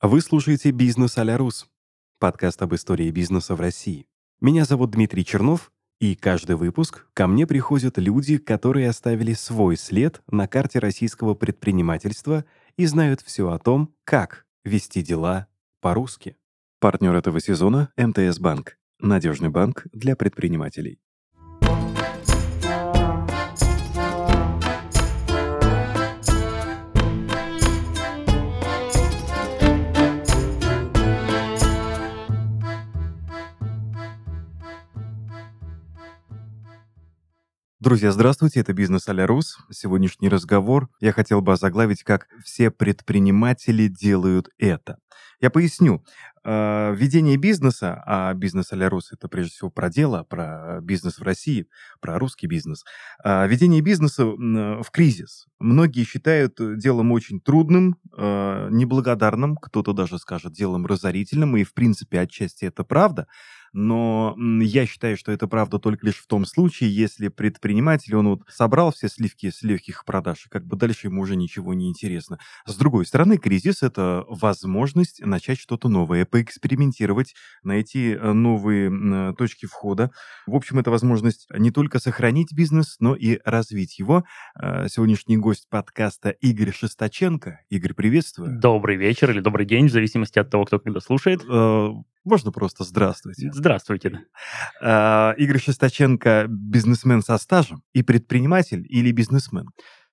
Вы слушаете «Бизнес а-ля Рус», подкаст об истории бизнеса в России. Меня зовут Дмитрий Чернов, и каждый выпуск ко мне приходят люди, которые оставили свой след на карте российского предпринимательства и знают все о том, как вести дела по-русски. Партнер этого сезона– МТС Банк. Надежный банк для предпринимателей. Друзья, здравствуйте, это «Бизнес а-ля Рус». Сегодняшний разговор я хотел бы озаглавить, как все предприниматели делают это. Я поясню. Ведение бизнеса, а «Бизнес а-ля Рус» — это прежде всего про дело, про бизнес в России, про русский бизнес. Ведение бизнеса в кризис. Многие считают делом очень трудным, неблагодарным, кто-то даже скажет делом разорительным, и в принципе отчасти это правда. Но я считаю, что это правда только лишь в том случае, если предприниматель, он вот собрал все сливки с легких продаж, и как бы дальше ему уже ничего не интересно. С другой стороны, кризис — это возможность начать что-то новое, поэкспериментировать, найти новые точки входа. В общем, это возможность не только сохранить бизнес, но и развить его. Сегодняшний гость подкаста Игорь Шестаченко. Игорь, приветствую. Добрый вечер или добрый день, в зависимости от того, кто когда слушает. Можно просто здравствуйте. Здравствуйте. Да. Игорь Шестаченко – бизнесмен со стажем и предприниматель или бизнесмен?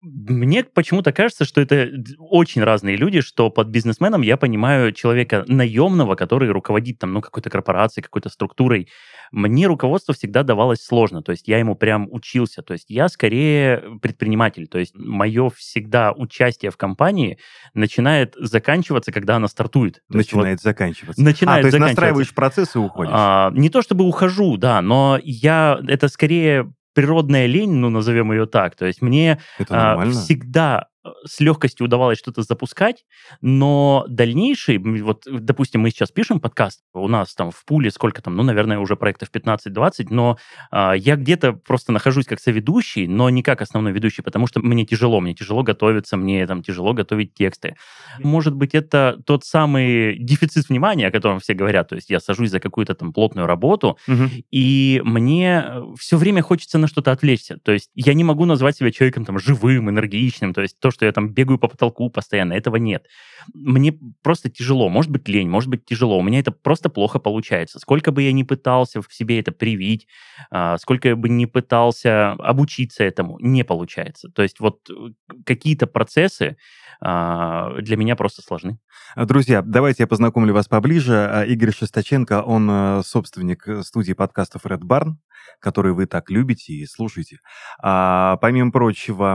Мне почему-то кажется, что это очень разные люди, что под бизнесменом я понимаю человека наемного, который руководит там, какой-то корпорацией, какой-то структурой. Мне руководство всегда давалось сложно, то есть я ему прям учился, то есть я скорее предприниматель, то есть мое всегда участие в компании начинает заканчиваться, когда она стартует. Начинает заканчиваться. Начинает то есть заканчиваться. настраиваешь процесс и уходишь? Не то чтобы ухожу, да, но это скорее природная лень, назовем ее так. То есть мне Это нормально. всегда с легкостью удавалось что-то запускать, но дальнейший, вот, допустим, мы сейчас пишем подкаст, у нас там в пуле сколько там, наверное, уже проектов 15-20, но я где-то просто нахожусь как соведущий, но не как основной ведущий, потому что мне тяжело готовиться, мне там тяжело готовить тексты. Может быть, это тот самый дефицит внимания, о котором все говорят, то есть я сажусь за какую-то там плотную работу, и мне все время хочется на что-то отвлечься, то есть я не могу назвать себя человеком там живым, энергичным, то есть то, что я там бегаю по потолку постоянно, этого нет. Мне просто тяжело, может быть лень, может быть тяжело, у меня это просто плохо получается. Сколько бы я ни пытался в себе это привить, сколько я бы ни пытался обучиться этому, не получается. То есть вот какие-то процессы для меня просто сложны. Друзья, давайте я познакомлю вас поближе. Игорь Шестаченко, он собственник студии подкастов Red Barn, которые вы так любите и слушаете. Помимо прочего,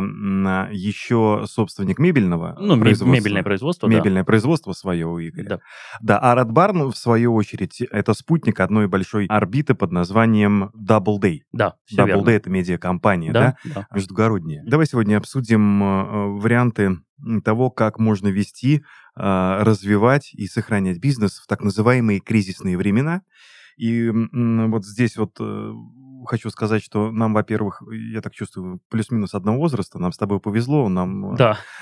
еще собственник мебельного производства. Мебельное производство, да. Мебельное производство свое у Игоря. Да. Да, а Red Barn, в свою очередь, это спутник одной большой орбиты под названием Doubleday. Да, все верно. Doubleday — это медиакомпания, Да. междугородняя. Давай сегодня обсудим варианты того, как можно вести, развивать и сохранять бизнес в так называемые кризисные времена. И вот здесь вот хочу сказать, что нам, во-первых, я так чувствую, плюс-минус одного возраста, нам с тобой повезло, нам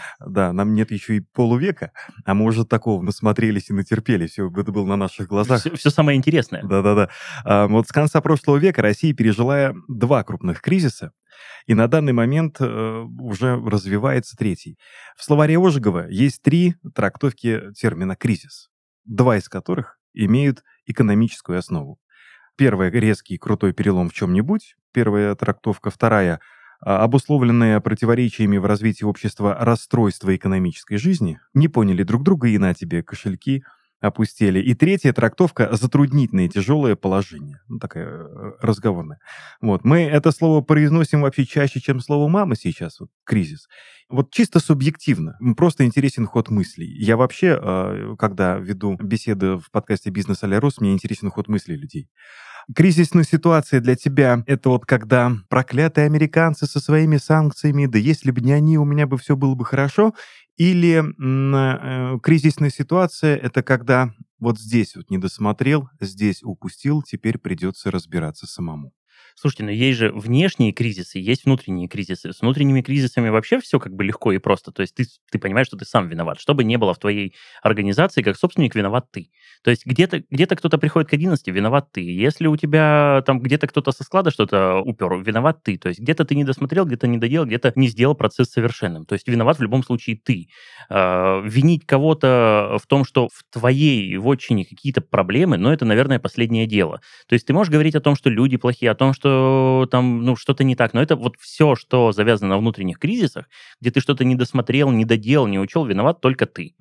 нет еще и полувека, а мы уже такого насмотрелись и натерпелись, все это было на наших глазах. Все самое интересное. Да. Вот с конца прошлого века Россия пережила 2 крупных кризиса, и на данный момент уже развивается 3-й. В словаре Ожегова есть 3 трактовки термина «кризис», 2 из которых имеют экономическую основу. Первая — резкий крутой перелом в чем-нибудь. Первая трактовка. Вторая — обусловленные противоречиями в развитии общества расстройства экономической жизни. Не поняли друг друга, и на тебе кошельки опустели. И третья трактовка — затруднительное тяжелое положение. Такая разговорная. Вот. Мы это слово произносим вообще чаще, чем слово «мама» сейчас, вот, кризис. Вот чисто субъективно, просто интересен ход мыслей. Я вообще, когда веду беседы в подкасте «Бизнес а-ля Рус», мне интересен ход мыслей людей. Кризисная ситуация для тебя — это вот когда проклятые американцы со своими санкциями, да если бы не они, у меня бы все было бы хорошо, или кризисная ситуация — это когда вот здесь вот не досмотрел, здесь упустил, теперь придется разбираться самому. Слушайте, но есть же внешние кризисы, есть внутренние кризисы. С внутренними кризисами вообще все как бы легко и просто. То есть ты понимаешь, что ты сам виноват. Что бы ни было в твоей организации, как собственник, виноват ты. То есть где-то кто-то приходит к 11, виноват ты. Если у тебя там где-то кто-то со склада что-то упер, виноват ты. То есть где-то ты не досмотрел, где-то не доделал, где-то не сделал процесс совершенным. То есть виноват в любом случае ты. Винить кого-то в том, что в твоей вотчине какие-то проблемы, но это, наверное, последнее дело. То есть ты можешь говорить о том, что люди плохие, о том, что там, ну, что-то не так, но это вот все, что завязано на внутренних кризисах, где ты что-то не досмотрел, не доделал, не учел, виноват только ты.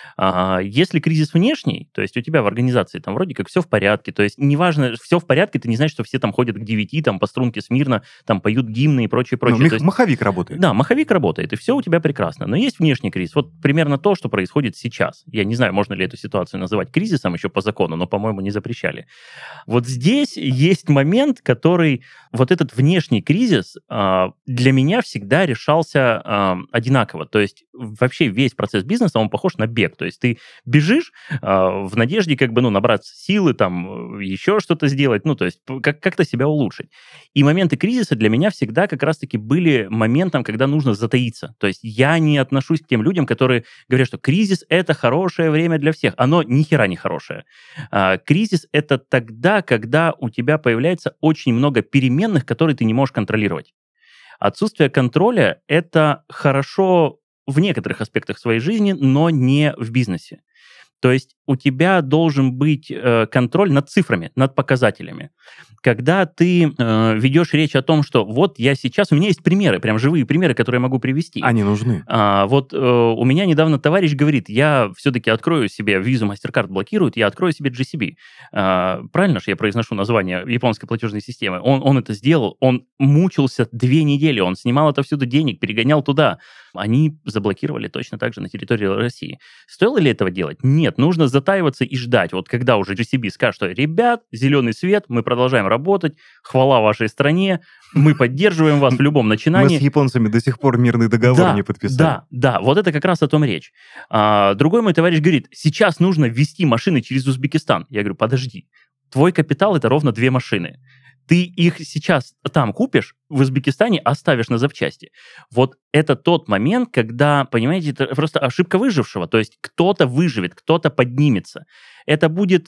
Если кризис внешний, то есть у тебя в организации там вроде как все в порядке, то есть неважно, все в порядке, ты не знаешь, что все там ходят к 9, там по струнке смирно, там поют гимны и прочее, прочее. Ну, маховик работает. Да, маховик работает, и все у тебя прекрасно. Но есть внешний кризис. Вот примерно то, что происходит сейчас. Я не знаю, можно ли эту ситуацию называть кризисом еще по закону, но, по-моему, не запрещали. Вот здесь есть момент, который... Вот этот внешний кризис для меня всегда решался одинаково. То есть вообще весь процесс бизнеса, он похож на бег. То есть ты бежишь в надежде как бы, ну, набраться силы, там, еще что-то сделать, ну, то есть как-то себя улучшить. И моменты кризиса для меня всегда как раз-таки были моментом, когда нужно затаиться. То есть я не отношусь к тем людям, которые говорят, что кризис — это хорошее время для всех. Оно ни хера не хорошее. Кризис — это тогда, когда у тебя появляется очень много переменных, которые ты не можешь контролировать. Отсутствие контроля — это хорошо в некоторых аспектах своей жизни, но не в бизнесе. То есть у тебя должен быть контроль над цифрами, над показателями. Когда ты ведешь речь о том, что вот я сейчас... У меня есть примеры, прям живые примеры, которые я могу привести. Они нужны. Вот у меня недавно товарищ говорит, я все-таки открою себе, визу MasterCard блокируют, я открою себе GCB. Правильно же я произношу название японской платежной системы? Он это сделал, он мучился 2 недели, он снимал отовсюду денег, перегонял туда. Они заблокировали точно так же на территории России. Стоило ли этого делать? Нет, нужно затаиваться и ждать. Вот когда уже GCB скажет, что, ребят, зеленый свет, мы продолжаем работать, хвала вашей стране, мы поддерживаем вас в любом начинании. Мы с японцами до сих пор мирный договор не подписали. Да, вот это как раз о том речь. Другой мой товарищ говорит, сейчас нужно ввести машины через Узбекистан. Я говорю, подожди, твой капитал — это ровно 2 машины. Ты их сейчас там купишь, в Узбекистане оставишь на запчасти. Вот это тот момент, когда, понимаете, это просто ошибка выжившего. То есть кто-то выживет, кто-то поднимется. Это будет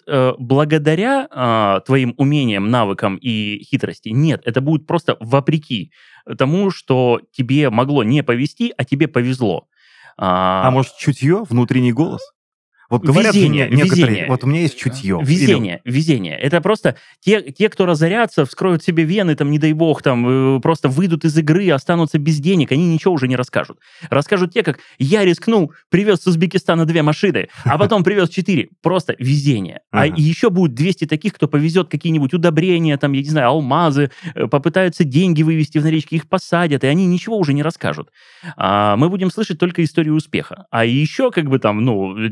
благодаря твоим умениям, навыкам и хитрости? Нет, это будет просто вопреки тому, что тебе могло не повезти, а тебе повезло. А может, чутье, внутренний голос? Вот говорят везение, же некоторые, везение. вот у меня есть чутье. Везение. Это просто те, кто разорятся, вскроют себе вены, там, не дай бог, там, просто выйдут из игры, останутся без денег, они ничего уже не расскажут. Расскажут те, как я рискнул, привез с Узбекистана 2 машины, а потом привез 4. Просто везение. А еще будет 200 таких, кто повезет какие-нибудь удобрения, там, я не знаю, алмазы, попытаются деньги вывести в наличке, их посадят, и они ничего уже не расскажут. Мы будем слышать только историю успеха. А еще, как бы там,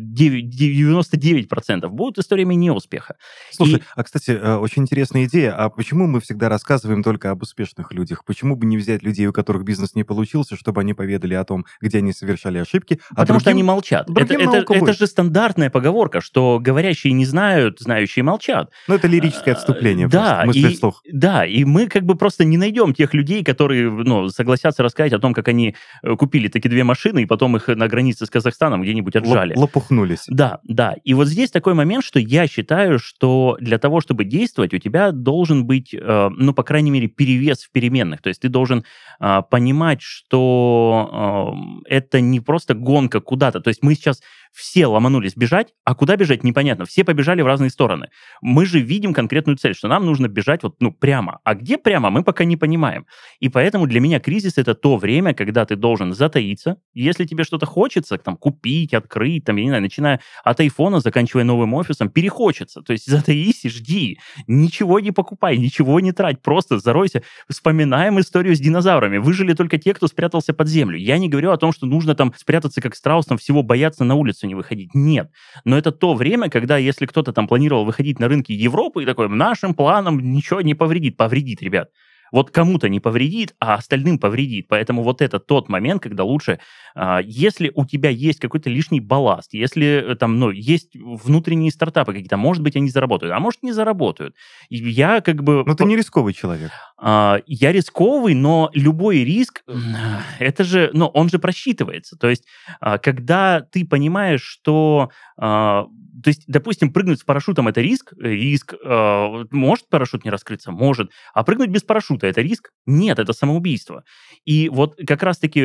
99% будут историями неуспеха. Слушай, кстати, очень интересная идея. А почему мы всегда рассказываем только об успешных людях? Почему бы не взять людей, у которых бизнес не получился, чтобы они поведали о том, где они совершали ошибки? Потому что они молчат. Это же стандартная поговорка, что говорящие не знают, знающие молчат. Ну, это лирическое отступление. Да, и мы как бы просто не найдем тех людей, которые согласятся рассказать о том, как они купили такие 2 машины, и потом их на границе с Казахстаном где-нибудь отжали. Лопухнулись. Да. И вот здесь такой момент, что я считаю, что для того, чтобы действовать, у тебя должен быть, по крайней мере, перевес в переменных. То есть ты должен понимать, что это не просто гонка куда-то. То есть мы сейчас все ломанулись бежать, а куда бежать непонятно. Все побежали в разные стороны. Мы же видим конкретную цель, что нам нужно бежать прямо. А где прямо, мы пока не понимаем. И поэтому для меня кризис — это то время, когда ты должен затаиться. Если тебе что-то хочется, там, купить, открыть, там, я не знаю, начиная от айфона, заканчивая новым офисом, перехочется. То есть затаись и жди. Ничего не покупай, ничего не трать. Просто заройся. Вспоминаем историю с динозаврами. Выжили только те, кто спрятался под землю. Я не говорю о том, что нужно там спрятаться как страус, там всего бояться на улицу не выходить. Нет. Но это то время, когда если кто-то там планировал выходить на рынки Европы и такой, нашим планам ничего не повредит. Повредит, ребят. Вот кому-то не повредит, а остальным повредит. Поэтому вот это тот момент, когда лучше, если у тебя есть какой-то лишний балласт, если там, ну, есть внутренние стартапы какие-то, может быть, они заработают, а может, не заработают. И я как бы... Но ты не рисковый человек. Я рисковый, но любой риск, это же, ну, он же просчитывается. То есть, когда ты понимаешь, что, то есть, допустим, прыгнуть с парашютом это риск, может парашют не раскрыться, может, а прыгнуть без парашюта это риск? Нет, это самоубийство. И вот как раз-таки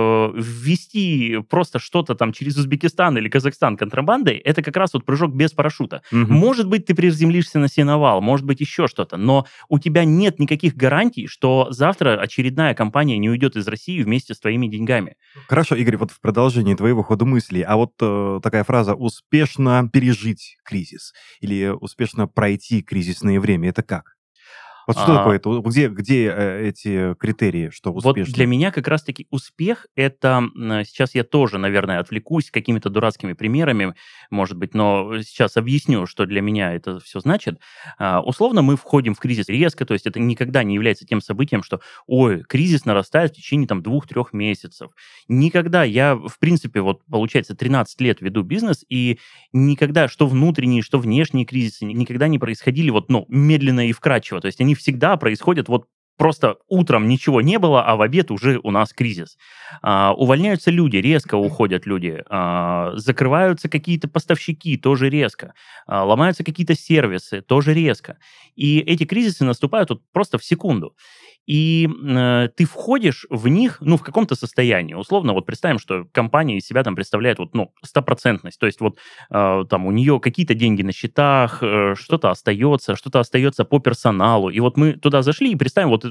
ввести просто что-то там через Узбекистан или Казахстан контрабандой, это как раз вот прыжок без парашюта. Может быть, ты приземлишься на сеновал, может быть, еще что-то, но у тебя нет никаких гарантий, что завтра очередная компания не уйдет из России вместе с твоими деньгами. Хорошо, Игорь, вот в продолжении твоего хода мыслей, а вот такая фраза «успешно пережить кризис» или «успешно пройти кризисное время» — это как? Вот что такое это? Где эти критерии, что Вот успешно? для меня как раз-таки успех — это... Сейчас я тоже, наверное, отвлекусь какими-то дурацкими примерами, может быть, но сейчас объясню, что для меня это все значит. Условно, мы входим в кризис резко, то есть это никогда не является тем событием, что, ой, кризис нарастает в течение там 2-3 месяцев. Никогда. Я, в принципе, вот, получается, 13 лет веду бизнес, и никогда, что внутренние, что внешние кризисы, никогда не происходили вот, ну, медленно и вкрадчиво. То есть они всегда происходят вот просто утром ничего не было, а в обед уже у нас кризис. Увольняются люди, резко уходят люди. Закрываются какие-то поставщики, тоже резко. Ломаются какие-то сервисы, тоже резко. И эти кризисы наступают вот просто в секунду. И ты входишь в них, ну, в каком-то состоянии. Условно, вот представим, что компания из себя там представляет вот, ну, стопроцентность. То есть вот там у нее какие-то деньги на счетах, что-то остается по персоналу. И вот мы туда зашли и представим вот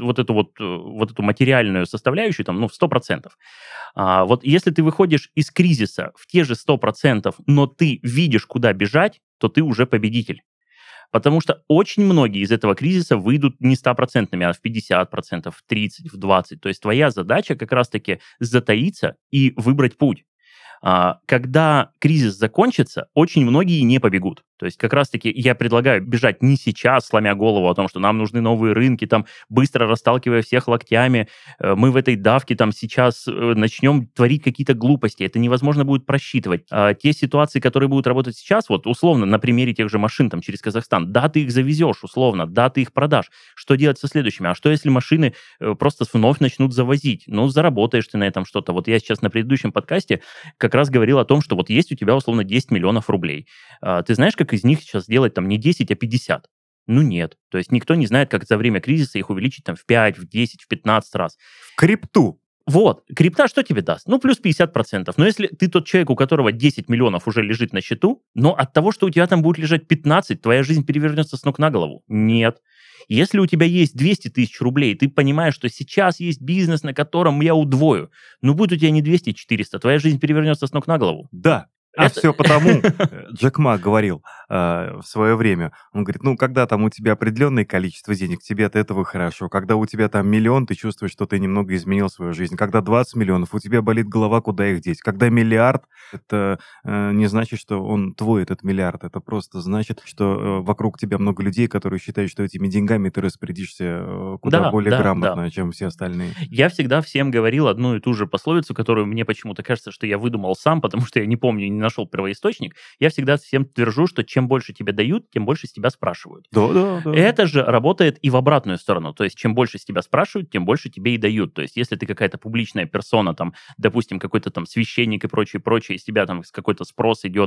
эту материальную составляющую там, ну, в 100%. Вот если ты выходишь из кризиса в те же 100%, но ты видишь, куда бежать, то ты уже победитель. Потому что очень многие из этого кризиса выйдут не 100%, а в 50%, в 30%, в 20%. То есть твоя задача как раз-таки затаиться и выбрать путь. Когда кризис закончится, очень многие не побегут. То есть как раз-таки я предлагаю бежать не сейчас, сломя голову о том, что нам нужны новые рынки, там, быстро расталкивая всех локтями, мы в этой давке там сейчас начнем творить какие-то глупости. Это невозможно будет просчитывать. Те ситуации, которые будут работать сейчас, вот условно на примере тех же машин там через Казахстан, да, ты их завезешь условно, да, ты их продашь. Что делать со следующими? А что если машины просто вновь начнут завозить? Ну, заработаешь ты на этом что-то. Вот я сейчас на предыдущем подкасте как раз говорил о том, что вот есть у тебя условно 10 миллионов рублей. Ты знаешь, как из них сейчас сделать там не 10, а 50? Ну нет. То есть никто не знает, как за время кризиса их увеличить там в 5, в 10, в 15 раз. В крипту. Вот, крипта что тебе даст? Ну, плюс 50%. Но если ты тот человек, у которого 10 миллионов уже лежит на счету, но от того, что у тебя там будет лежать 15, твоя жизнь перевернется с ног на голову? Нет. Если у тебя есть 200 тысяч рублей, ты понимаешь, что сейчас есть бизнес, на котором я удвою, но будет у тебя не 200, 400, твоя жизнь перевернется с ног на голову. Да. Все потому, Джек Ма говорил в свое время, он говорит, ну, когда там у тебя определенное количество денег, тебе от этого хорошо. Когда у тебя там миллион, ты чувствуешь, что ты немного изменил свою жизнь. Когда 20 миллионов, у тебя болит голова, куда их деть. Когда миллиард, это не значит, что он твой, этот миллиард. Это просто значит, что вокруг тебя много людей, которые считают, что этими деньгами ты распорядишься куда более грамотно, чем все остальные. Я всегда всем говорил одну и ту же пословицу, которую мне почему-то кажется, что я выдумал сам, потому что я не помню, не нашел первоисточник. Я всегда всем твержу, что чем больше тебе дают, тем больше с тебя спрашивают. Да. Это же работает и в обратную сторону. То есть, чем больше с тебя спрашивают, тем больше тебе и дают. То есть, если ты какая-то публичная персона, там, допустим, какой-то там священник и прочее, из тебя там какой-то спрос идет,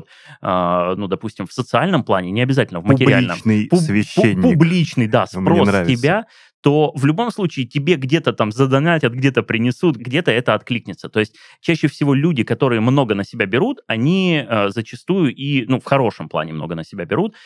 ну, допустим, в социальном плане, не обязательно в материальном. Публичный священник. Публичный, да, спрос с тебя, то в любом случае тебе где-то там задонатят, где-то принесут, где-то это откликнется. То есть чаще всего люди, которые много на себя берут, они зачастую и, ну, в хорошем плане много на себя берут,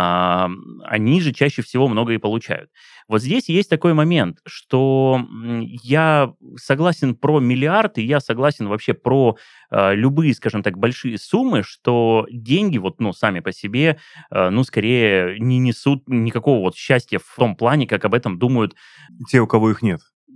они же чаще всего много и получают. Вот здесь есть такой момент, что я согласен про миллиард, и я согласен вообще про любые, скажем так, большие суммы, что деньги вот, ну, сами по себе, ну, скорее не несут никакого вот счастья в том плане, как об этом думают. Те, у кого их нет.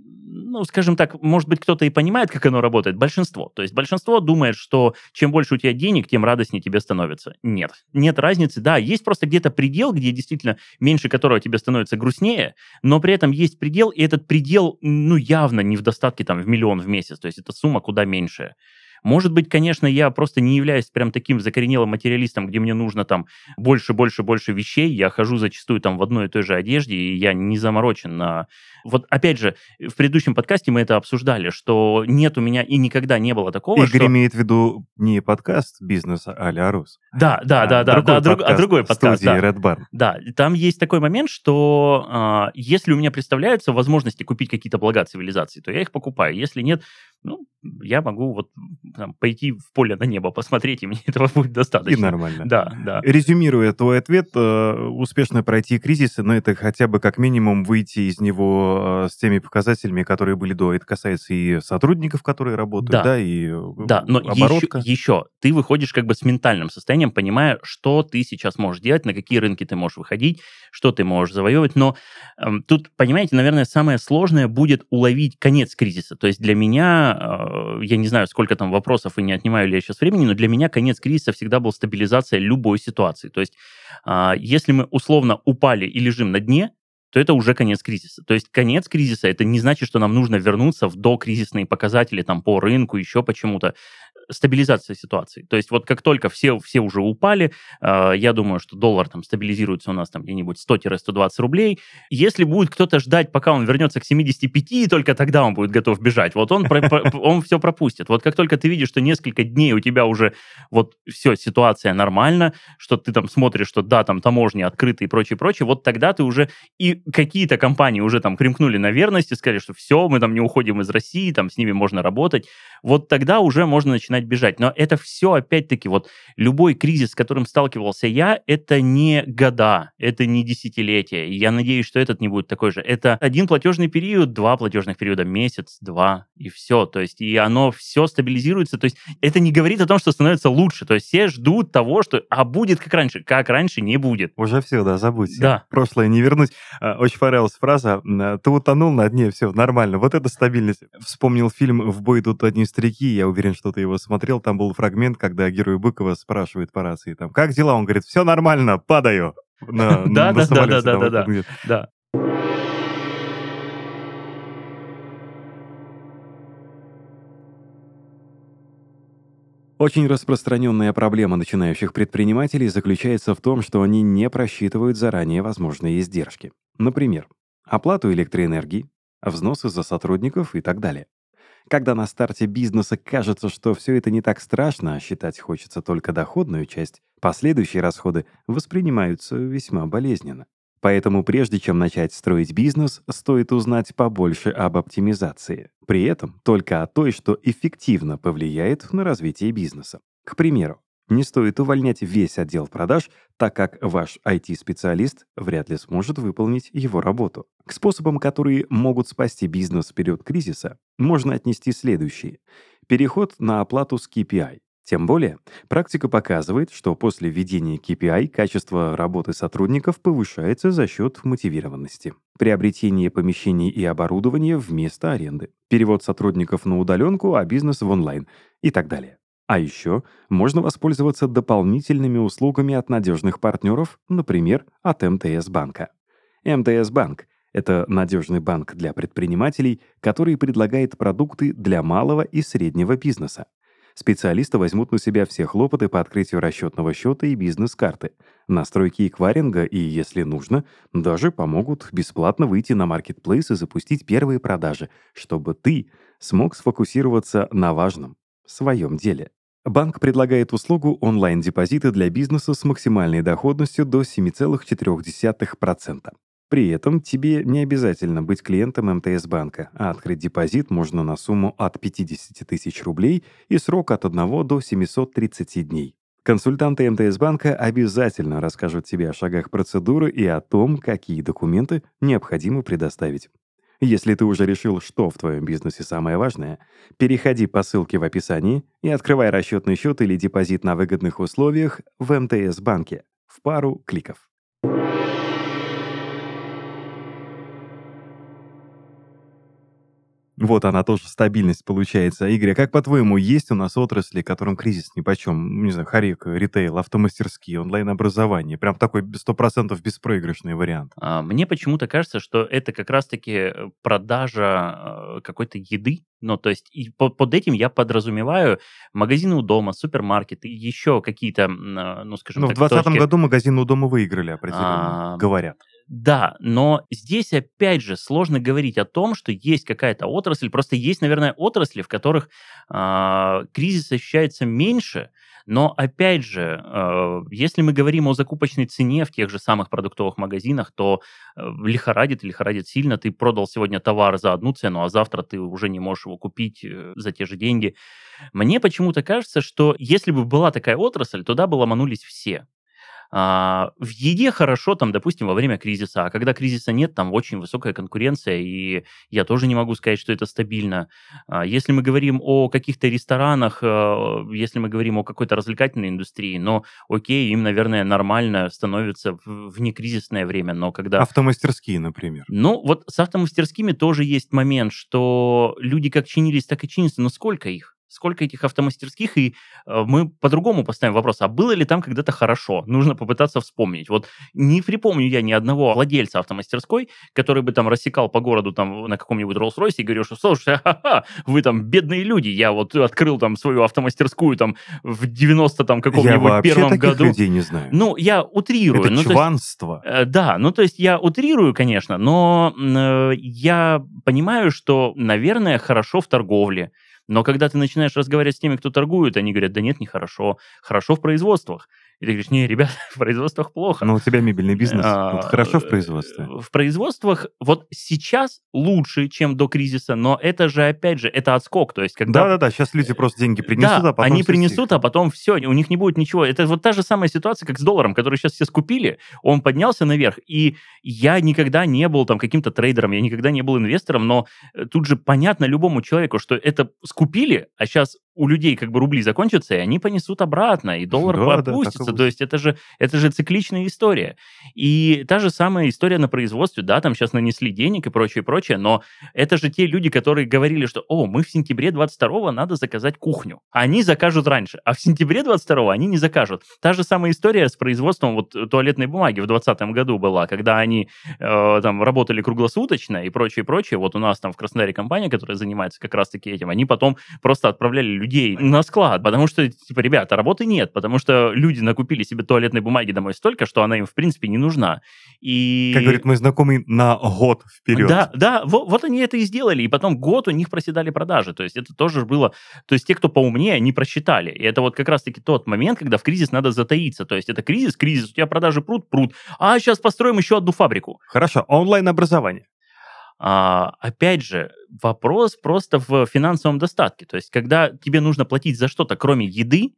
ну, скажем так, может быть, кто-то и понимает, как оно работает, большинство. То есть большинство думает, что чем больше у тебя денег, тем радостнее тебе становится. Нет. Нет разницы. Да, есть просто где-то предел, где действительно меньше которого тебе становится грустнее, но при этом есть предел, и этот предел, ну, явно не в достатке там в миллион в месяц. То есть эта сумма куда меньшая. Может быть, конечно, я просто не являюсь прям таким закоренелым материалистом, где мне нужно там больше, больше, больше вещей. Я хожу зачастую там в одной и той же одежде, и я не заморочен на... Вот опять же, в предыдущем подкасте мы это обсуждали, что нет у меня и никогда не было такого, Игорь что... имеет в виду не подкаст бизнеса а-ля Рус, Да, да, а да, да, да, другой подкаст другой подкаст, студии да. Red Barn. Да, и там есть такой момент, что если у меня представляются возможности купить какие-то блага цивилизации, то я их покупаю. Если нет, ну, я могу вот там, пойти в поле на небо посмотреть, и мне этого будет И достаточно. нормально. Да, да. Резюмируя твой ответ, успешно пройти кризисы, но это хотя бы как минимум выйти из него с теми показателями, которые были до. Это касается и сотрудников, которые работают, Да. да, и Да, но оборотка. еще ты выходишь как бы с ментальным состоянием, понимая, что ты сейчас можешь делать, на какие рынки ты можешь выходить, что ты можешь завоевывать. Но тут, понимаете, наверное, самое сложное будет уловить конец кризиса. То есть для меня, я не знаю, сколько там вопросов и не отнимаю ли я сейчас времени, но для меня конец кризиса всегда был стабилизация любой ситуации. То есть если мы условно упали и лежим на дне, то это уже конец кризиса. То есть конец кризиса, это не значит, что нам нужно вернуться в докризисные показатели там, по рынку, еще почему-то. Стабилизация ситуации. То есть вот как только все уже упали, я думаю, что доллар там стабилизируется у нас там где-нибудь 100-120 рублей. Если будет кто-то ждать, пока он вернется к 75, только тогда он будет готов бежать. Вот он все пропустит. Вот как только ты видишь, что несколько дней у тебя уже вот все, ситуация нормальна, что ты там смотришь, что да, там таможни открыты и прочее, прочее, вот тогда ты уже... И какие-то компании уже там кремкнули на верность и сказали, что все, мы там не уходим из России, там с ними можно работать. Вот тогда уже можно начинать бежать. Но это все, опять-таки, вот любой кризис, с которым сталкивался я, это не года, это не десятилетия. И я надеюсь, что этот не будет такой же. Это один платежный период, два платежных периода, месяц, два, и все. То есть, и оно все стабилизируется. То есть, это не говорит о том, что становится лучше. То есть, все ждут того, что, а будет как раньше. Как раньше не будет. Уже все, да, забудьте. Да. Прошлое не вернуть. Очень понравилась фраза «ты утонул на дне, все, нормально». Вот это стабильность. Вспомнил фильм «В бой идут одни старики», я уверен, что ты его смотрел. Там был фрагмент, когда герой Быкова спрашивает по рации, там, как дела? Он говорит, все нормально, падаю. На самолете. Да. Очень распространенная проблема начинающих предпринимателей заключается в том, что они не просчитывают заранее возможные издержки. Например, оплату электроэнергии, взносы за сотрудников и так далее. Когда на старте бизнеса кажется, что все это не так страшно, а считать хочется только доходную часть, последующие расходы воспринимаются весьма болезненно. Поэтому прежде чем начать строить бизнес, стоит узнать побольше об оптимизации. При этом только о той, что эффективно повлияет на развитие бизнеса. К примеру, не стоит увольнять весь отдел продаж, так как ваш IT-специалист вряд ли сможет выполнить его работу. К способам, которые могут спасти бизнес в период кризиса, можно отнести следующие. Переход на оплату с KPI. Тем более, практика показывает, что после введения KPI качество работы сотрудников повышается за счет мотивированности. Приобретение помещений и оборудования вместо аренды. Перевод сотрудников на удаленку, а бизнес в онлайн и так далее. А еще можно воспользоваться дополнительными услугами от надежных партнеров, например, от МТС банка. МТС банк — это надежный банк для предпринимателей, который предлагает продукты для малого и среднего бизнеса. Специалисты возьмут на себя все хлопоты по открытию расчетного счета и бизнес-карты, настройки эквайринга и, если нужно, даже помогут бесплатно выйти на маркетплейс и запустить первые продажи, чтобы ты смог сфокусироваться на важном — своем деле. Банк предлагает услугу онлайн-депозиты для бизнеса с максимальной доходностью до 7,4%. При этом тебе не обязательно быть клиентом МТС банка, а открыть депозит можно на сумму от 50 тысяч рублей и срок от 1 до 730 дней. Консультанты МТС банка обязательно расскажут тебе о шагах процедуры и о том, какие документы необходимо предоставить. Если ты уже решил, что в твоем бизнесе самое важное, переходи по ссылке в описании и открывай расчетный счет или депозит на выгодных условиях в МТС банке в пару кликов. Вот она тоже, стабильность получается. Игорь, а как по-твоему, есть у нас отрасли, которым кризис нипочем? Не знаю, хорека, ритейл, автомастерские, онлайн-образование. Прям такой 100% беспроигрышный вариант. Мне почему-то кажется, что это как раз-таки продажа какой-то еды. Ну, то есть и под этим я подразумеваю магазины у дома, супермаркеты, еще какие-то, ну, скажем Ну, в так, 2020 точки. году магазины у дома выиграли определенно, А, говорят. Да, но здесь опять же сложно говорить о том, что есть какая-то отрасль. Просто есть, наверное, отрасли, в которых кризис ощущается меньше. Но опять же, если мы говорим о закупочной цене в тех же самых продуктовых магазинах, то лихорадит сильно. Ты продал сегодня товар за одну цену, а завтра ты уже не можешь его купить за те же деньги. Мне почему-то кажется, что если бы была такая отрасль, туда бы ломанулись все. В еде хорошо, там, допустим, во время кризиса, а когда кризиса нет, там очень высокая конкуренция, и я тоже не могу сказать, что это стабильно. Если мы говорим о каких-то ресторанах, если мы говорим о какой-то развлекательной индустрии, но окей, им, наверное, нормально становится в некризисное время, но когда... Автомастерские, например. Ну, вот с автомастерскими тоже есть момент, что люди как чинились, так и чинятся, но сколько их? Сколько этих автомастерских, и мы по-другому поставим вопрос, а было ли там когда-то хорошо? Нужно попытаться вспомнить. Вот не припомню я ни одного владельца автомастерской, который бы там рассекал по городу там на каком-нибудь Роллс-Ройсе и говорил, что, слушай, вы там бедные люди, я вот открыл там свою автомастерскую там в 90 там каком-нибудь первом таких году. людей не знаю. Ну, я утрирую. Это чванство. Да, ну то есть я утрирую, конечно, но я понимаю, что, наверное, хорошо в торговле. Но когда ты начинаешь разговаривать с теми, кто торгует, они говорят, да нет, нехорошо. Хорошо в производствах. И ты говоришь, не, ребят, в производствах плохо. Но у тебя мебельный бизнес. Вот хорошо в производстве. В производствах вот сейчас лучше, чем до кризиса, но это же, опять же, это отскок. То есть, когда... Да-да-да, сейчас люди просто деньги принесут, Да, а потом они всё принесут, стихнет. а потом все, у них не будет ничего. Это вот та же самая ситуация, как с долларом, который сейчас все скупили, он поднялся наверх, и я никогда не был там каким-то трейдером, я никогда не был инвестором, но тут же понятно любому человеку, что это скупили, а сейчас у людей как бы рубли закончатся, и они понесут обратно, и доллар Да, да, так и опустится. То будет. есть это же цикличная история. И та же самая история на производстве, да, там сейчас нанесли денег и прочее, но это же те люди, которые говорили, что, мы в сентябре 22-го надо заказать кухню. Они закажут раньше, а в сентябре 22-го они не закажут. Та же самая история с производством вот туалетной бумаги в 2020 году была, когда они там работали круглосуточно и прочее. Вот у нас там в Краснодаре компания, которая занимается как раз-таки этим, они потом просто отправляли людей на склад, потому что, типа, ребята, работы нет, потому что люди накупили себе туалетной бумаги домой столько, что она им, в принципе, не нужна. И... Как говорит мой знакомый, на год вперед. Да, вот они это и сделали, и потом год у них проседали продажи, то есть это тоже было, то есть те, кто поумнее, они просчитали, и это вот как раз-таки тот момент, когда в кризис надо затаиться, то есть это кризис, у тебя продажи прут, а сейчас построим еще одну фабрику. Хорошо, онлайн-образование. Опять же, вопрос просто в финансовом достатке, то есть когда тебе нужно платить за что-то, кроме еды,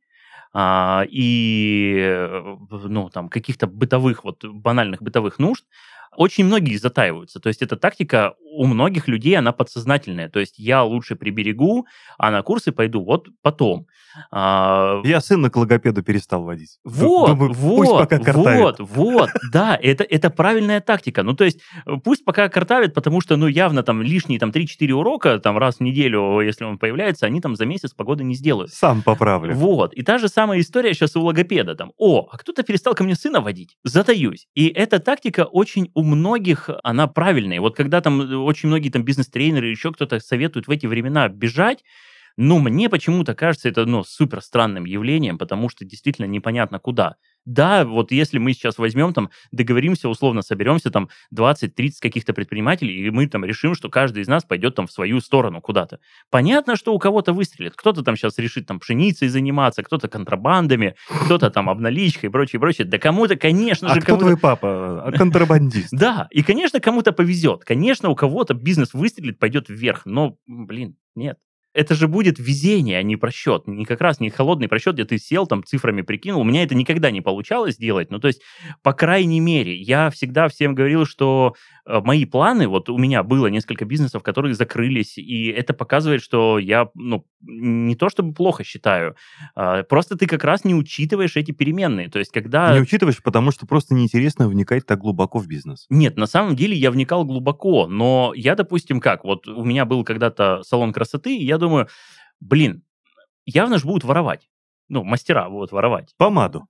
и ну, там, каких-то бытовых, вот банальных бытовых нужд, очень многие затаиваются. То есть эта тактика у многих людей, она подсознательная. То есть я лучше приберегу, а на курсы пойду вот потом. Я сына к логопеду перестал водить. Вот, Думаю, пусть пока картавит. да, это правильная тактика. Ну, то есть пусть пока картавит, потому что, ну, явно там лишние там 3-4 урока там раз в неделю, если он появляется, они там за месяц погоды не сделают. Сам поправлю. Вот. И та же самая история сейчас у логопеда. Там, а кто-то перестал ко мне сына водить. Затаюсь. И эта тактика очень у многих, она правильная. Вот когда там очень многие там бизнес-тренеры или еще кто-то советуют в эти времена бежать, ну, мне почему-то кажется это, супер странным явлением, потому что действительно непонятно куда. Да, вот если мы сейчас возьмем, там, договоримся, условно соберемся, там, 20-30 каких-то предпринимателей, и мы там решим, что каждый из нас пойдет там в свою сторону куда-то. Понятно, что у кого-то выстрелит. Кто-то там сейчас решит там пшеницей заниматься, кто-то контрабандами, кто-то там обналичкой и прочее. Да кому-то, конечно же, кто твой папа? Контрабандист. Да, и, конечно, кому-то повезет. Конечно, у кого-то бизнес выстрелит, пойдет вверх, но, нет. Это же будет везение, а не просчет. Не как раз не холодный просчет, где ты сел, там цифрами прикинул. У меня это никогда не получалось делать. Ну, то есть, по крайней мере, я всегда всем говорил, что мои планы, вот у меня было несколько бизнесов, которые закрылись, и это показывает, что я, не то чтобы плохо считаю, просто ты как раз не учитываешь эти переменные. То есть, Не когда учитываешь, потому что просто неинтересно вникать так глубоко в бизнес. нет, на самом деле я вникал глубоко, но я, допустим, как, вот у меня был когда-то салон красоты, и я думаю, блин, явно же будут воровать. Ну, мастера будут воровать. Помаду.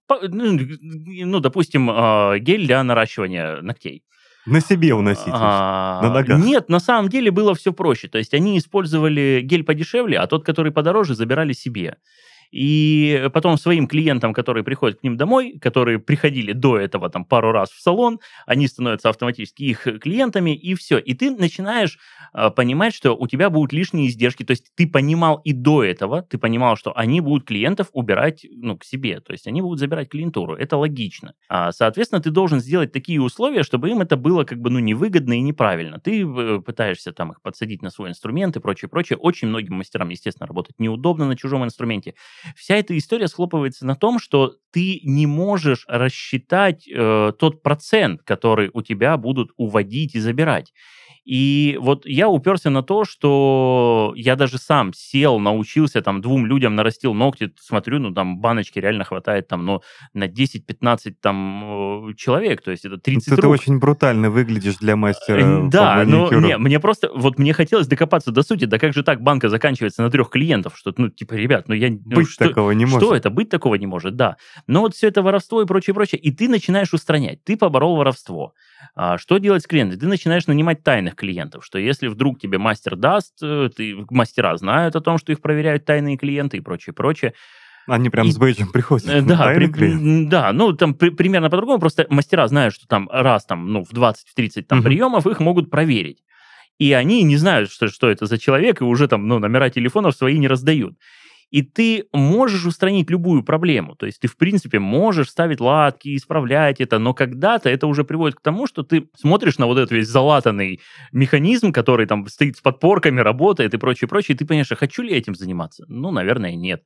Допустим, гель для наращивания ногтей. На себе уносить лучше. На ногах. Нет, на самом деле было все проще. То есть они использовали гель подешевле, а тот, который подороже, забирали себе. И потом своим клиентам, которые приходят к ним домой, которые приходили до этого там пару раз в салон, они становятся автоматически их клиентами, и все. И ты начинаешь понимать, что у тебя будут лишние издержки. То есть ты понимал и до этого, ты понимал, что они будут клиентов убирать к себе. То есть они будут забирать клиентуру. Это логично. Соответственно, ты должен сделать такие условия, чтобы им это было невыгодно и неправильно. Ты пытаешься там их подсадить на свой инструмент и прочее, прочее. Очень многим мастерам, естественно, работать неудобно на чужом инструменте. Вся эта история схлопывается на том, что ты не можешь рассчитать тот процент, который у тебя будут уводить и забирать. И вот я уперся на то, что я даже сам сел, научился, там, 2 людям нарастил ногти, смотрю, там, баночки реально хватает, там, на 10-15, там, человек, то есть это 30 Ты рук. очень брутально выглядишь для мастера Да, по маникюру. мне просто, вот мне хотелось докопаться до сути, да как же так банка заканчивается на 3 клиентов, что, ребят, Быть такого не может. Что это? Быть такого не может, да. Но вот все это воровство и прочее, прочее, и ты начинаешь устранять, ты поборол воровство. Что делать с клиентами? Ты начинаешь нанимать тайных клиентов, что если вдруг тебе мастер даст, мастера знают о том, что их проверяют тайные клиенты и прочее, прочее. Они прям с бейджем приходят. Да, Тайный клиент. да, там примерно по-другому, просто мастера знают, что там раз, там, в 20-30 там, приемов их могут проверить. И они не знают, что это за человек, и уже там, номера телефонов свои не раздают. И ты можешь устранить любую проблему. То есть ты, в принципе, можешь ставить латки, исправлять это, но когда-то это уже приводит к тому, что ты смотришь на вот этот весь залатанный механизм, который там стоит с подпорками, работает и прочее, прочее, и ты понимаешь, а хочу ли я этим заниматься? Наверное, нет.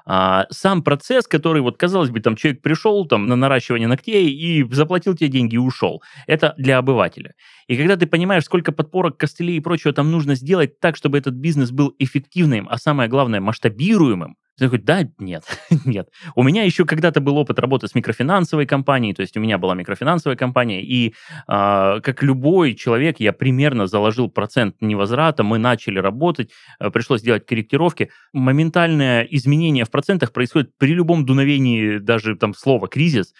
Сам процесс, который, вот, казалось бы, там человек пришел там, на наращивание ногтей и заплатил тебе деньги и ушел. Это для обывателя. И когда ты понимаешь, сколько подпорок, костылей и прочего там нужно сделать так, чтобы этот бизнес был эффективным, а самое главное, масштабируемым, ты такой, да, нет, нет. У меня еще когда-то был опыт работы с микрофинансовой компанией, то есть у меня была микрофинансовая компания, и как любой человек, я примерно заложил процент невозврата, мы начали работать, пришлось делать корректировки. Моментальное изменение в процентах происходит при любом дуновении даже там слова «кризис»,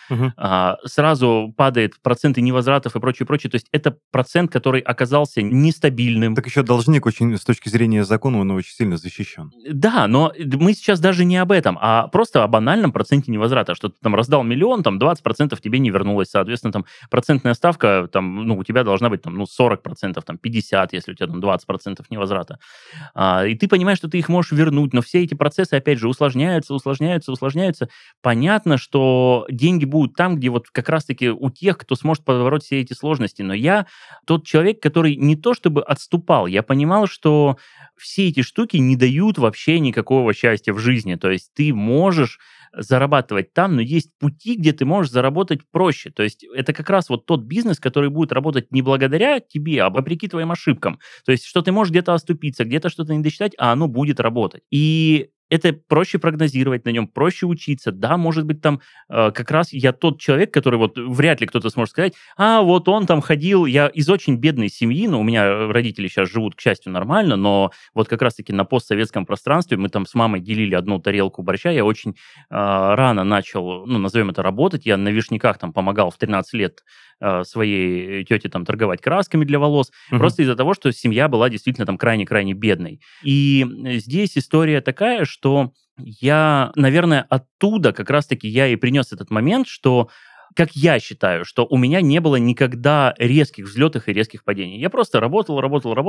сразу падает проценты невозвратов и прочее, прочее. То есть это процент, который оказался нестабильным. Так еще должник очень, с точки зрения закона, он очень сильно защищен. Да, но мы сейчас даже не об этом, а просто о банальном проценте невозврата, что ты там раздал миллион, там 20% тебе не вернулось, соответственно, там процентная ставка, там, у тебя должна быть там, 40%, там 50%, если у тебя там 20% невозврата. И ты понимаешь, что ты их можешь вернуть, но все эти процессы, опять же, усложняются. Понятно, что деньги будут там, где вот как раз-таки у тех, кто сможет побороть все эти сложности. Но я тот человек, который не то чтобы отступал, я понимал, что все эти штуки не дают вообще никакого счастья в жизни. То есть ты можешь зарабатывать там, но есть пути, где ты можешь заработать проще. То есть это как раз вот тот бизнес, который будет работать не благодаря тебе, а вопреки твоим ошибкам. То есть что ты можешь где-то оступиться, где-то что-то не досчитать, а оно будет работать. И это проще прогнозировать на нем, проще учиться. Да, может быть, там как раз я тот человек, который вот вряд ли кто-то сможет сказать, вот он там ходил, я из очень бедной семьи, но у меня родители сейчас живут, к счастью, нормально, но вот как раз-таки на постсоветском пространстве мы там с мамой делили одну тарелку борща, я очень рано начал, назовем это, работать, я на Вишняках там помогал в 13 лет своей тете там торговать красками для волос, просто из-за того, что семья была действительно там крайне-крайне бедной. И здесь история такая, что я, наверное, оттуда как раз-таки я и принес этот момент, что, как я считаю, что у меня не было никогда резких взлетов и резких падений. Я просто работал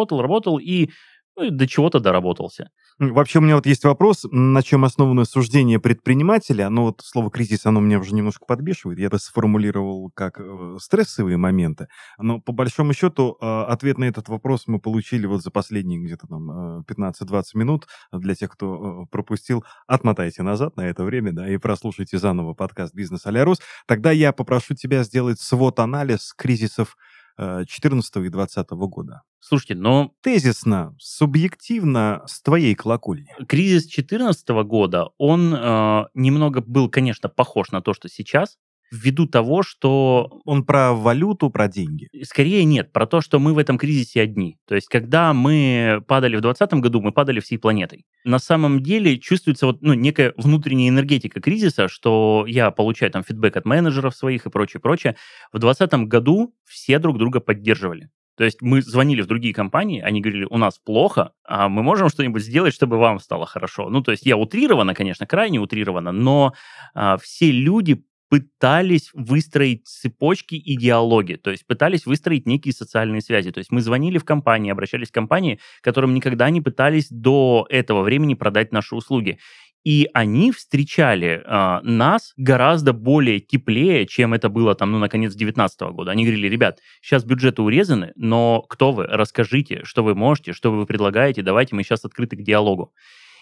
и до чего-то доработался. Вообще у меня вот есть вопрос, на чем основано суждение предпринимателя. Вот слово «кризис», оно меня уже немножко подбешивает. Я это сформулировал как стрессовые моменты. Но по большому счету ответ на этот вопрос мы получили вот за последние где-то там 15-20 минут. Для тех, кто пропустил, отмотайте назад на это время, да, и прослушайте заново подкаст «Бизнес а-ля Рус». Тогда я попрошу тебя сделать свод-анализ кризисов 14 и 20 года? Слушайте, но Тезисно, субъективно, с твоей колокольни. кризис 2014 года, он немного был, конечно, похож на то, что сейчас, ввиду того, что Он про валюту, про деньги. скорее нет, про то, что мы в этом кризисе одни. То есть, когда мы падали в 2020 году, мы падали всей планетой. На самом деле чувствуется вот, некая внутренняя энергетика кризиса, что я получаю там фидбэк от менеджеров своих и прочее, прочее. В 2020 году все друг друга поддерживали. То есть мы звонили в другие компании, они говорили, у нас плохо, а мы можем что-нибудь сделать, чтобы вам стало хорошо. То есть я утрированно, конечно, крайне утрированно, но все люди пытались выстроить цепочки и диалоги, то есть пытались выстроить некие социальные связи. То есть мы звонили в компании, обращались в компании, которым никогда не пытались до этого времени продать наши услуги. И они встречали нас гораздо более теплее, чем это было там, на конец 2019 года. Они говорили, ребят, сейчас бюджеты урезаны, но кто вы? Расскажите, что вы можете, что вы предлагаете, давайте мы сейчас открыты к диалогу.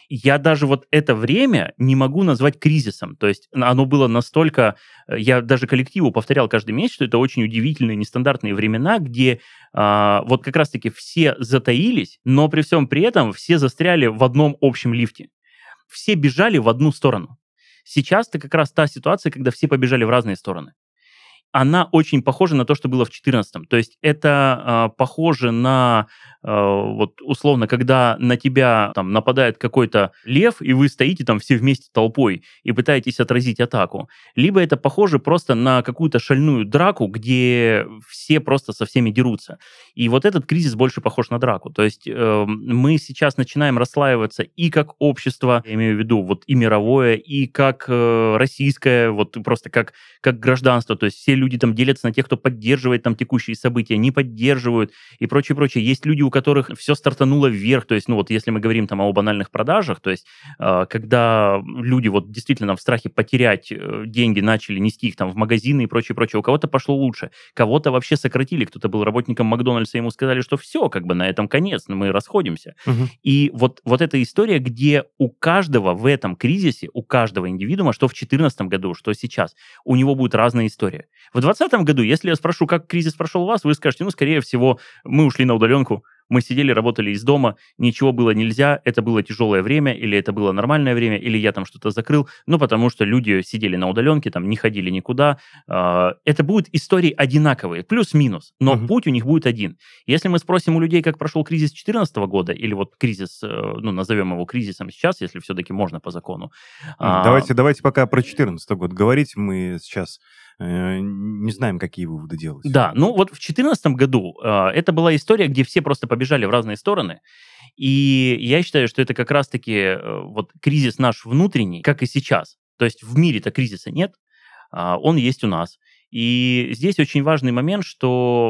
Я даже вот это время не могу назвать кризисом. То есть оно было настолько... Я даже коллективу повторял каждый месяц, что это очень удивительные, нестандартные времена, где вот как раз-таки все затаились, но при всем при этом все застряли в одном общем лифте. Все бежали в одну сторону. Сейчас это как раз та ситуация, когда все побежали в разные стороны. Она очень похожа на то, что было в 2014. То есть это похоже на, вот условно, когда на тебя там нападает какой-то лев, и вы стоите там все вместе толпой и пытаетесь отразить атаку. Либо это похоже просто на какую-то шальную драку, где все просто со всеми дерутся. И вот этот кризис больше похож на драку. То есть мы сейчас начинаем расслаиваться и как общество, я имею в виду вот и мировое, и как российское, вот просто как гражданство. То есть все люди там делятся на тех, кто поддерживает там текущие события, не поддерживают и прочее, прочее. Есть люди, у которых все стартануло вверх, то есть, вот если мы говорим там о банальных продажах, то есть, когда люди вот действительно в страхе потерять деньги начали нести их там в магазины и прочее, прочее, у кого-то пошло лучше, кого-то вообще сократили, кто-то был работником Макдональдса, ему сказали, что все, как бы на этом конец, мы расходимся. И вот эта история, где у каждого в этом кризисе, у каждого индивидуума, что в 2014 году, что сейчас, у него будет разная история. В 2020 году, если я спрошу, как кризис прошел у вас, вы скажете, скорее всего, мы ушли на удаленку, мы сидели, работали из дома, ничего было нельзя, это было тяжелое время, или это было нормальное время, или я там что-то закрыл, потому что люди сидели на удаленке, там не ходили никуда. Это будут истории одинаковые, плюс-минус, но путь у них будет один. Если мы спросим у людей, как прошел кризис 2014 года, или вот кризис, назовем его кризисом сейчас, если все-таки можно по закону. Давайте пока про 2014 год говорить, мы сейчас не знаем, какие выводы делать. Да, вот в 2014 году это была история, где все просто побежали в разные стороны. И я считаю, что это как раз-таки вот кризис наш внутренний, как и сейчас. То есть в мире-то кризиса нет, он есть у нас. И здесь очень важный момент, что,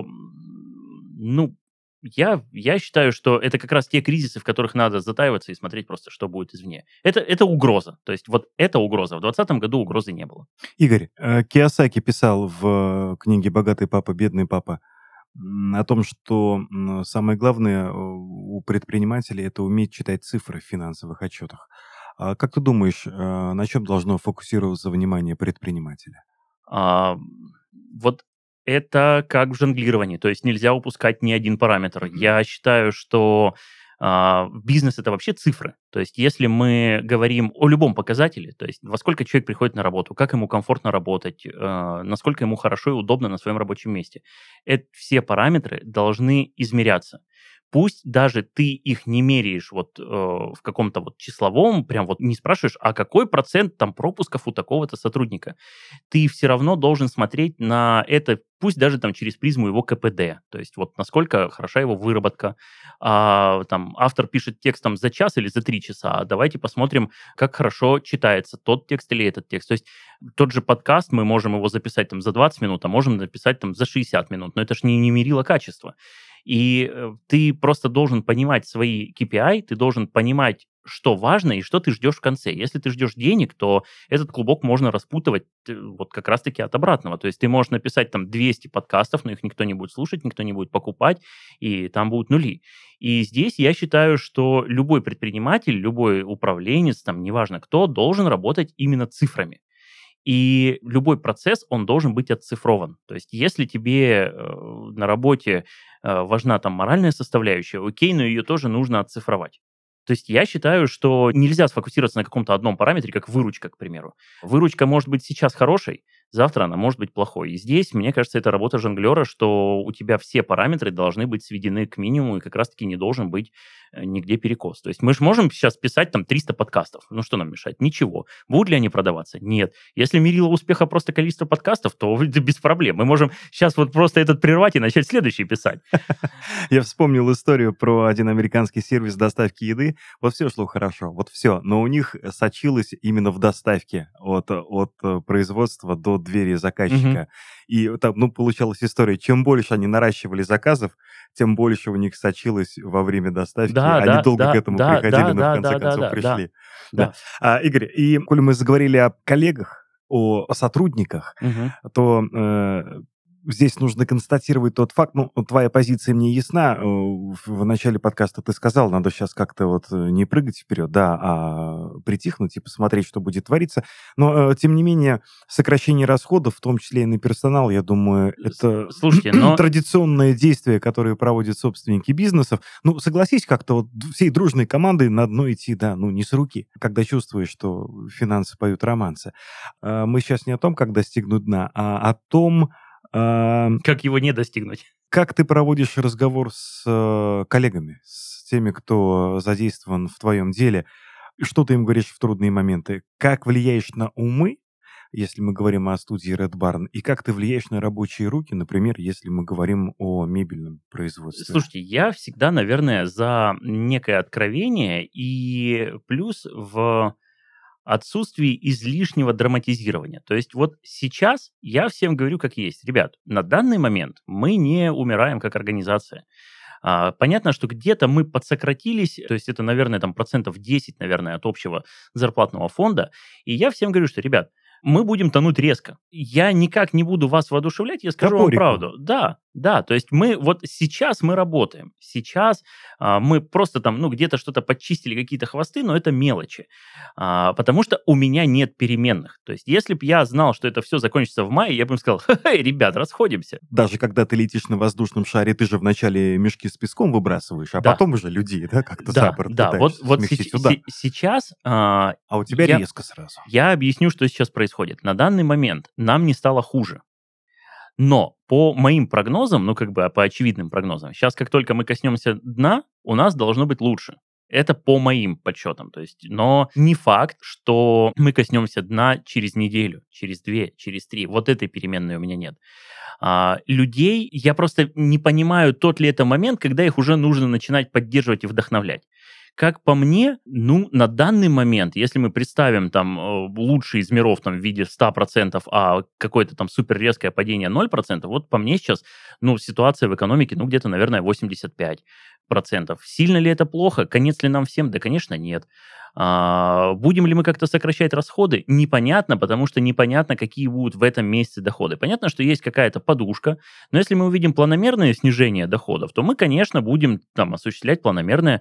я считаю, что это как раз те кризисы, в которых надо затаиваться и смотреть просто, что будет извне. Это угроза. То есть вот эта угроза. В 2020 году угрозы не было. Игорь, Кийосаки писал в книге «Богатый папа, бедный папа» о том, что самое главное у предпринимателей — это уметь читать цифры в финансовых отчетах. Как ты думаешь, на чем должно фокусироваться внимание предпринимателя? Вот это как в жонглировании, то есть нельзя упускать ни один параметр. Я считаю, что бизнес — это вообще цифры. То есть если мы говорим о любом показателе, то есть во сколько человек приходит на работу, как ему комфортно работать, насколько ему хорошо и удобно на своем рабочем месте, все параметры должны измеряться. Пусть даже ты их не меряешь вот в каком-то вот числовом, прям вот не спрашиваешь, а какой процент там пропусков у такого-то сотрудника. Ты все равно должен смотреть на это, пусть даже там через призму его КПД, то есть вот насколько хороша его выработка. Там автор пишет текст там за час или за 3 часа, давайте посмотрим, как хорошо читается тот текст или этот текст. То есть тот же подкаст, мы можем его записать там за 20 минут, а можем написать там за 60 минут, но это же не мерило качества. И ты просто должен понимать свои KPI, ты должен понимать, что важно и что ты ждешь в конце. Если ты ждешь денег, то этот клубок можно распутывать вот как раз-таки от обратного. То есть ты можешь написать там 200 подкастов, но их никто не будет слушать, никто не будет покупать, и там будут нули. И здесь я считаю, что любой предприниматель, любой управленец, там неважно кто, должен работать именно цифрами. И любой процесс, он должен быть отцифрован. То есть если тебе на работе важна там моральная составляющая, окей, но ее тоже нужно отцифровать. То есть я считаю, что нельзя сфокусироваться на каком-то одном параметре, как выручка, к примеру. Выручка может быть сейчас хорошей, завтра она может быть плохой. И здесь, мне кажется, это работа жонглера, что у тебя все параметры должны быть сведены к минимуму, и как раз-таки не должен быть нигде перекос. То есть мы же можем сейчас писать там 300 подкастов. Ну что нам мешает? Ничего. Будут ли они продаваться? Нет. Если мерило успеха просто количество подкастов, то это без проблем. Мы можем сейчас вот просто этот прервать и начать следующий писать. Я вспомнил историю про один американский сервис доставки еды. Вот все шло хорошо, вот все. Но у них сочилось именно в доставке от производства до двери заказчика. И там, получалась история. Чем больше они наращивали заказов, тем больше у них сочилось во время доставки. Да, Они долго к этому приходили, но в конце концов пришли. Да. Игорь, и коли мы заговорили о коллегах, о сотрудниках, то здесь нужно констатировать тот факт, твоя позиция мне ясна. В начале подкаста ты сказал, надо сейчас как-то вот не прыгать вперед, да, а притихнуть и посмотреть, что будет твориться. Но, тем не менее, сокращение расходов, в том числе и на персонал, я думаю, это традиционное действие, которое проводят собственники бизнесов. Согласись, как-то вот всей дружной командой на дно идти, да, не с руки, когда чувствуешь, что финансы поют романсы. Мы сейчас не о том, как достигнуть дна, а о том, как его не достигнуть? Как ты проводишь разговор с коллегами, с теми, кто задействован в твоем деле? Что ты им говоришь в трудные моменты? Как влияешь на умы, если мы говорим о студии Red Barn? И как ты влияешь на рабочие руки, например, если мы говорим о мебельном производстве? Слушайте, я всегда, наверное, за некое откровение и плюс в отсутствии излишнего драматизирования. То есть вот сейчас я всем говорю как есть. Ребят, на данный момент мы не умираем как организация. Понятно, что где-то мы подсократились, то есть это, наверное, там 10%, наверное, от общего зарплатного фонда. И я всем говорю, что, ребят, мы будем тонуть резко. Я никак не буду вас воодушевлять, я скажу вам правду. Да, то есть вот сейчас мы работаем. Сейчас мы просто там, где-то что-то подчистили, какие-то хвосты, но это мелочи. Потому что у меня нет переменных. То есть если бы я знал, что это все закончится в мае, я бы им сказал, ребят, расходимся. Даже когда ты летишь на воздушном шаре, ты же вначале мешки с песком выбрасываешь, а потом уже людей, да, как-то за борт пытаешься сместить сюда. Сейчас... А у тебя резко сразу. Я объясню, что сейчас происходит. На данный момент нам не стало хуже. Но по моим прогнозам, по очевидным прогнозам, сейчас как только мы коснемся дна, у нас должно быть лучше. Это по моим подсчетам. То есть, но не факт, что мы коснемся дна через неделю, через 2, через 3. Вот этой переменной у меня нет. Людей, я просто не понимаю, тот ли это момент, когда их уже нужно начинать поддерживать и вдохновлять. Как по мне, на данный момент, если мы представим там лучший из миров там, в виде 100%, а какое-то там супер резкое падение 0%, вот по мне сейчас, ситуация в экономике, где-то, наверное, 85%. Сильно ли это плохо? Конец ли нам всем? Да, конечно, нет. Будем ли мы как-то сокращать расходы? Непонятно, потому что непонятно, какие будут в этом месяце доходы. Понятно, что есть какая-то подушка, но если мы увидим планомерное снижение доходов, то мы, конечно, будем там осуществлять планомерное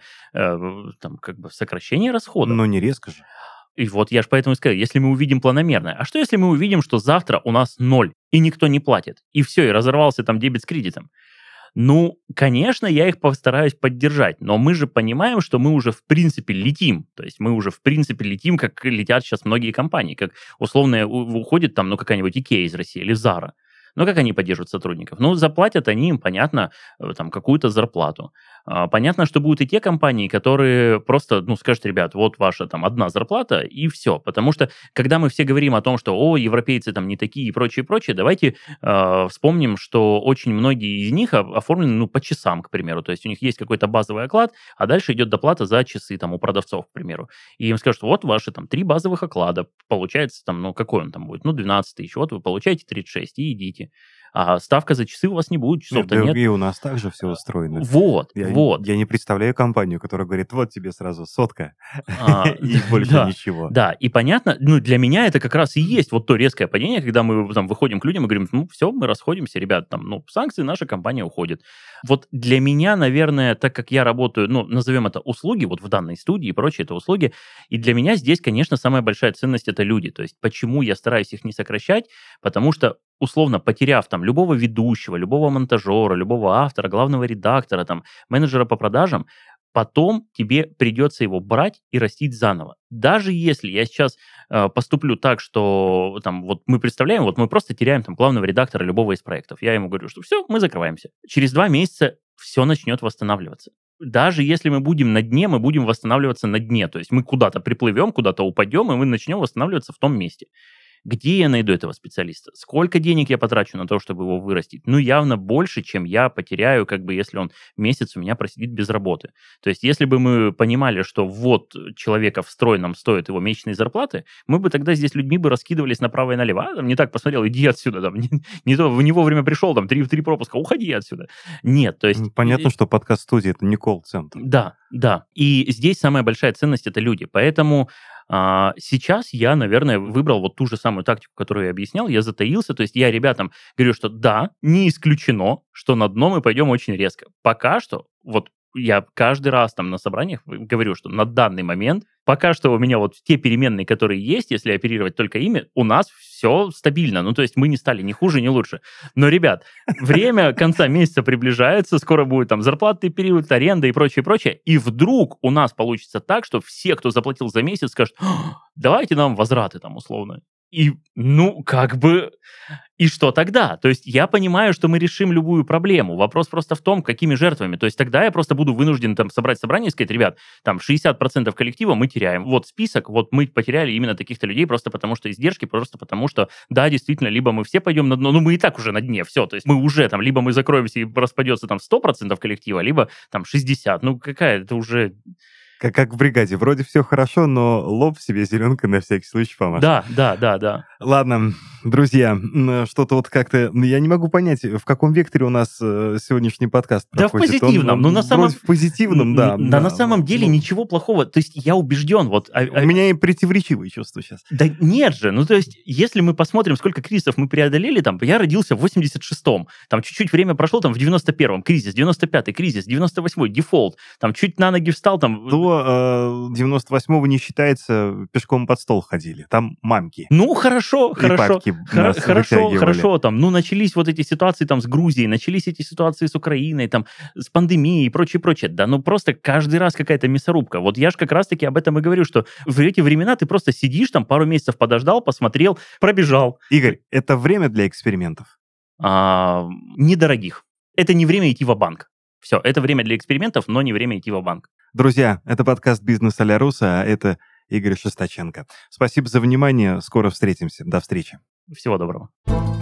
сокращение расходов. Но не резко же. И вот я же поэтому и сказал, если мы увидим планомерное. А что, если мы увидим, что завтра у нас 0, и никто не платит, и все, и разорвался там дебет с кредитом? Конечно, я их постараюсь поддержать, но мы же понимаем, что мы уже в принципе летим. То есть мы уже в принципе летим, как летят сейчас многие компании. Как условно уходит там, какая-нибудь Ikea из России или Zara. Как они поддерживают сотрудников? Заплатят они им, понятно, там, какую-то зарплату. Понятно, что будут и те компании, которые просто, скажут, ребят, вот ваша там одна зарплата, и все. Потому что, когда мы все говорим о том, что, европейцы там не такие и прочее, давайте вспомним, что очень многие из них оформлены, по часам, к примеру. То есть у них есть какой-то базовый оклад, а дальше идет доплата за часы, там, у продавцов, к примеру. И им скажут, вот ваши там 3 базовых оклада, получается, там, какой он там будет? 12 тысяч, вот вы получаете 36 и идите. а ставка за часы у вас не будет, часов-то нет. И у нас также все устроено. Вот. Я не представляю компанию, которая говорит, вот тебе сразу сотка, и больше ничего. Да, и понятно, для меня это как раз и есть вот то резкое падение, когда мы там выходим к людям и говорим, все, мы расходимся, ребят, там, санкции, наша компания уходит. Вот для меня, наверное, так как я работаю, назовем это услуги, вот в данной студии и прочее, это услуги, и для меня здесь, конечно, самая большая ценность — это люди. То есть почему я стараюсь их не сокращать? Потому что, условно, потеряв там любого ведущего, любого монтажера, любого автора, главного редактора, там, менеджера по продажам, потом тебе придется его брать и растить заново. Даже если я сейчас поступлю так, что там, вот мы представляем, вот мы просто теряем там главного редактора любого из проектов. Я ему говорю, что все, мы закрываемся. Через 2 месяца все начнет восстанавливаться. Даже если мы будем на дне, мы будем восстанавливаться на дне. То есть мы куда-то приплывем, куда-то упадем, и мы начнем восстанавливаться в том месте. Где я найду этого специалиста? Сколько денег я потрачу на то, чтобы его вырастить? Явно больше, чем я потеряю, если он месяц у меня просидит без работы. То есть, если бы мы понимали, что вот человека в строй нам стоит его месячные зарплаты, мы бы тогда здесь людьми бы раскидывались направо и налево. Там не так посмотрел, иди отсюда, там, не то, не вовремя пришел, там, 3 пропуска, уходи отсюда. Нет, то есть... Понятно, что подкаст-студия — это не колл-центр. Да. И здесь самая большая ценность — это люди. Поэтому... Сейчас я, наверное, выбрал вот ту же самую тактику, которую я объяснял, я затаился, то есть я ребятам говорю, что да, не исключено, что на дно мы пойдем очень резко. Пока что, вот я каждый раз там на собраниях говорю, что на данный момент, пока что у меня вот те переменные, которые есть, если оперировать только ими, у нас все стабильно. То есть мы не стали ни хуже, ни лучше. Но, ребят, время конца месяца приближается, скоро будет там зарплатный период, аренда и прочее. И вдруг у нас получится так, что все, кто заплатил за месяц, скажут, давайте нам возвраты там условно. И, и что тогда? То есть я понимаю, что мы решим любую проблему. Вопрос просто в том, какими жертвами. То есть тогда я просто буду вынужден там собрать собрание и сказать, ребят, там 60% коллектива мы теряем. Вот список, вот мы потеряли именно таких-то людей просто потому, что издержки, просто потому, что, да, действительно, либо мы все пойдем на дно, мы и так уже на дне, все. То есть мы уже там, либо мы закроемся и распадется там 100% коллектива, либо там 60%. Это уже... Как в бригаде. Вроде все хорошо, но лоб себе зеленкой на всякий случай помашь. Да. Ладно, друзья, что-то вот как-то... Я не могу понять, в каком векторе у нас сегодняшний подкаст проходит. Да, в позитивном. В позитивном, да. Да, на самом деле ничего плохого. То есть я убежден. Вот, у меня и противоречивые чувства сейчас. Да нет же. То есть если мы посмотрим, сколько кризисов мы преодолели, там, я родился в 86-м, там чуть-чуть время прошло, там, в 91-м кризис, 95-й кризис, 98-й дефолт, там, чуть на ноги встал, там... До 98-го не считается, пешком под стол ходили. Там мамки. Хорошо. Там, начались вот эти ситуации там с Грузией, начались эти ситуации с Украиной, там, с пандемией и прочее. Да, просто каждый раз какая-то мясорубка. Вот я же как раз-таки об этом и говорю, что в эти времена ты просто сидишь там, пару месяцев подождал, посмотрел, пробежал. Игорь, это время для экспериментов? Недорогих. Это не время идти ва-банк. Все, это время для экспериментов, но не время идти ва-банк. Друзья, это подкаст «Бизнес а-ля Руссо», а это Игорь Шестаченко. Спасибо за внимание, скоро встретимся. До встречи. Всего доброго.